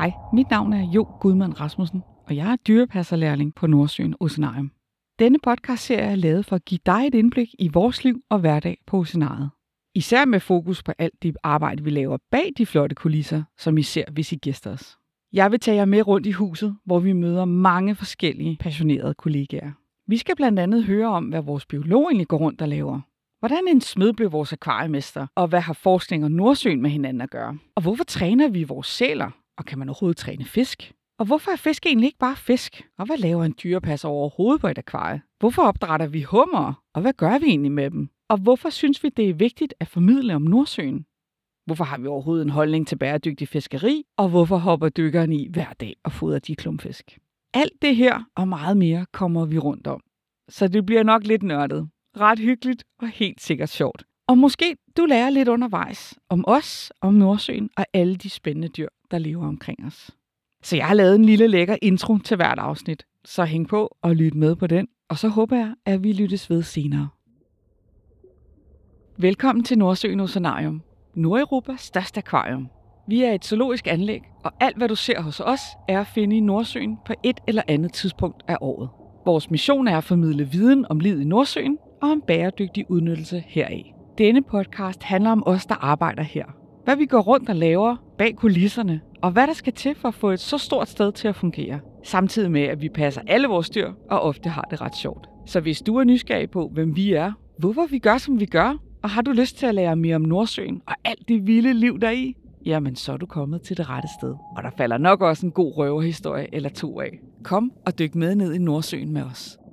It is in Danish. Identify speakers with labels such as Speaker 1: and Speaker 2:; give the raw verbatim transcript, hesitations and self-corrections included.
Speaker 1: Hej, mit navn er Jo Gudmand Rasmussen, og jeg er dyrepasserlærling på Nordsøen Oceanarium. Denne podcastserie er lavet for at give dig et indblik i vores liv og hverdag på Oceanariet. Især med fokus på alt det arbejde, vi laver bag de flotte kulisser, som I ser, hvis I gæster os. Jeg vil tage jer med rundt i huset, hvor vi møder mange forskellige passionerede kollegaer. Vi skal blandt andet høre om, hvad vores biolog egentlig går rundt og laver. Hvordan en smed blev vores akvariemester, og hvad har forskning og Nordsøen med hinanden at gøre? Og hvorfor træner vi vores sæler, og kan man overhovedet træne fisk? Og hvorfor er fisk egentlig ikke bare fisk? Og hvad laver en dyrepasser overhovedet på et akvarie? Hvorfor opdrætter vi hummer, og hvad gør vi egentlig med dem? Og hvorfor synes vi, det er vigtigt at formidle om Nordsøen? Hvorfor har vi overhovedet en holdning til bæredygtig fiskeri? Og hvorfor hopper dykkeren i hver dag og fodrer de klumpfisk? Alt det her og meget mere kommer vi rundt om. Så det bliver nok lidt nørdet. Ret hyggeligt og helt sikkert sjovt. Og måske du lærer lidt undervejs om os, om Nordsøen og alle de spændende dyr, der lever omkring os. Så jeg har lavet en lille lækker intro til hvert afsnit. Så hæng på og lyt med på den. Og så håber jeg, at vi lyttes ved senere. Velkommen til Nordsøen Oceanarium, Nordeuropas største akvarium. Vi er et zoologisk anlæg, og alt hvad du ser hos os er at finde i Nordsøen på et eller andet tidspunkt af året. Vores mission er at formidle viden om livet i Nordsøen og om bæredygtig udnyttelse heraf. Denne podcast handler om os, der arbejder her. Hvad vi går rundt og laver bag kulisserne, og hvad der skal til for at få et så stort sted til at fungere. Samtidig med, at vi passer alle vores dyr og ofte har det ret sjovt. Så hvis du er nysgerrig på, hvem vi er, hvorfor vi gør, som vi gør, og har du lyst til at lære mere om Nordsøen og alt det vilde liv deri, jamen så er du kommet til det rette sted. Og der falder nok også en god røverhistorie eller to af. Kom og dyk med ned i Nordsøen med os.